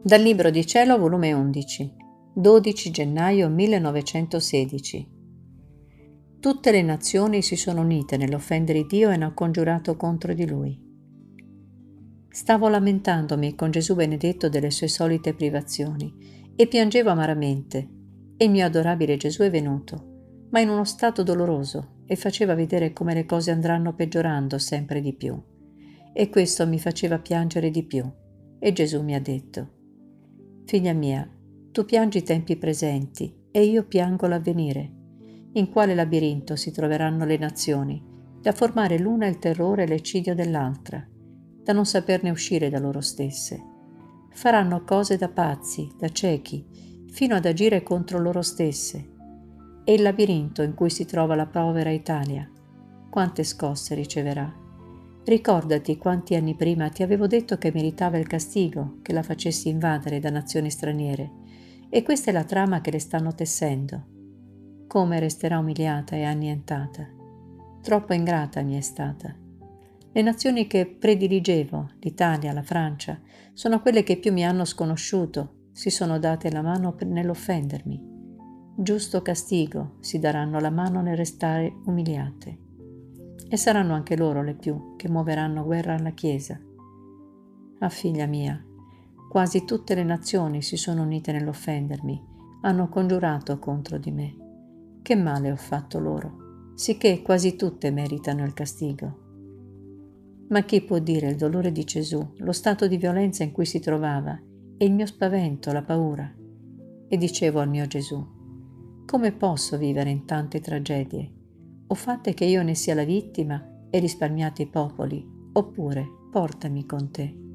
Dal Libro di Cielo, volume 11, 12 gennaio 1916. Tutte le nazioni si sono unite nell'offendere Dio e hanno congiurato contro di Lui. Stavo lamentandomi con Gesù benedetto delle sue solite privazioni e piangevo amaramente, e il mio adorabile Gesù è venuto, ma in uno stato doloroso, e faceva vedere come le cose andranno peggiorando sempre di più. E questo mi faceva piangere di più. E Gesù mi ha detto: «Figlia mia, tu piangi i tempi presenti e io piango l'avvenire. In quale labirinto si troveranno le nazioni, da formare l'una il terrore e l'eccidio dell'altra, da non saperne uscire da loro stesse. Faranno cose da pazzi, da ciechi, fino ad agire contro loro stesse. E il labirinto in cui si trova la povera Italia, quante scosse riceverà? Ricordati quanti anni prima ti avevo detto che meritava il castigo che la facessi invadere da nazioni straniere, e questa è la trama che le stanno tessendo. Come resterà umiliata e annientata. Troppo ingrata mi è stata. Le nazioni che prediligevo, l'Italia, la Francia, sono quelle che più mi hanno sconosciuto, si sono date la mano nell'offendermi. Giusto castigo si daranno la mano nel restare umiliate. E saranno anche loro le più che muoveranno guerra alla Chiesa. Ah, figlia mia, quasi tutte le nazioni si sono unite nell'offendermi, hanno congiurato contro di me. Che male ho fatto loro, sicché quasi tutte meritano il castigo. Ma chi può dire il dolore di Gesù, lo stato di violenza in cui si trovava, e il mio spavento, la paura? E dicevo al mio Gesù: come posso vivere in tante tragedie? O fatte che io ne sia la vittima e risparmiate i popoli, oppure portami con te.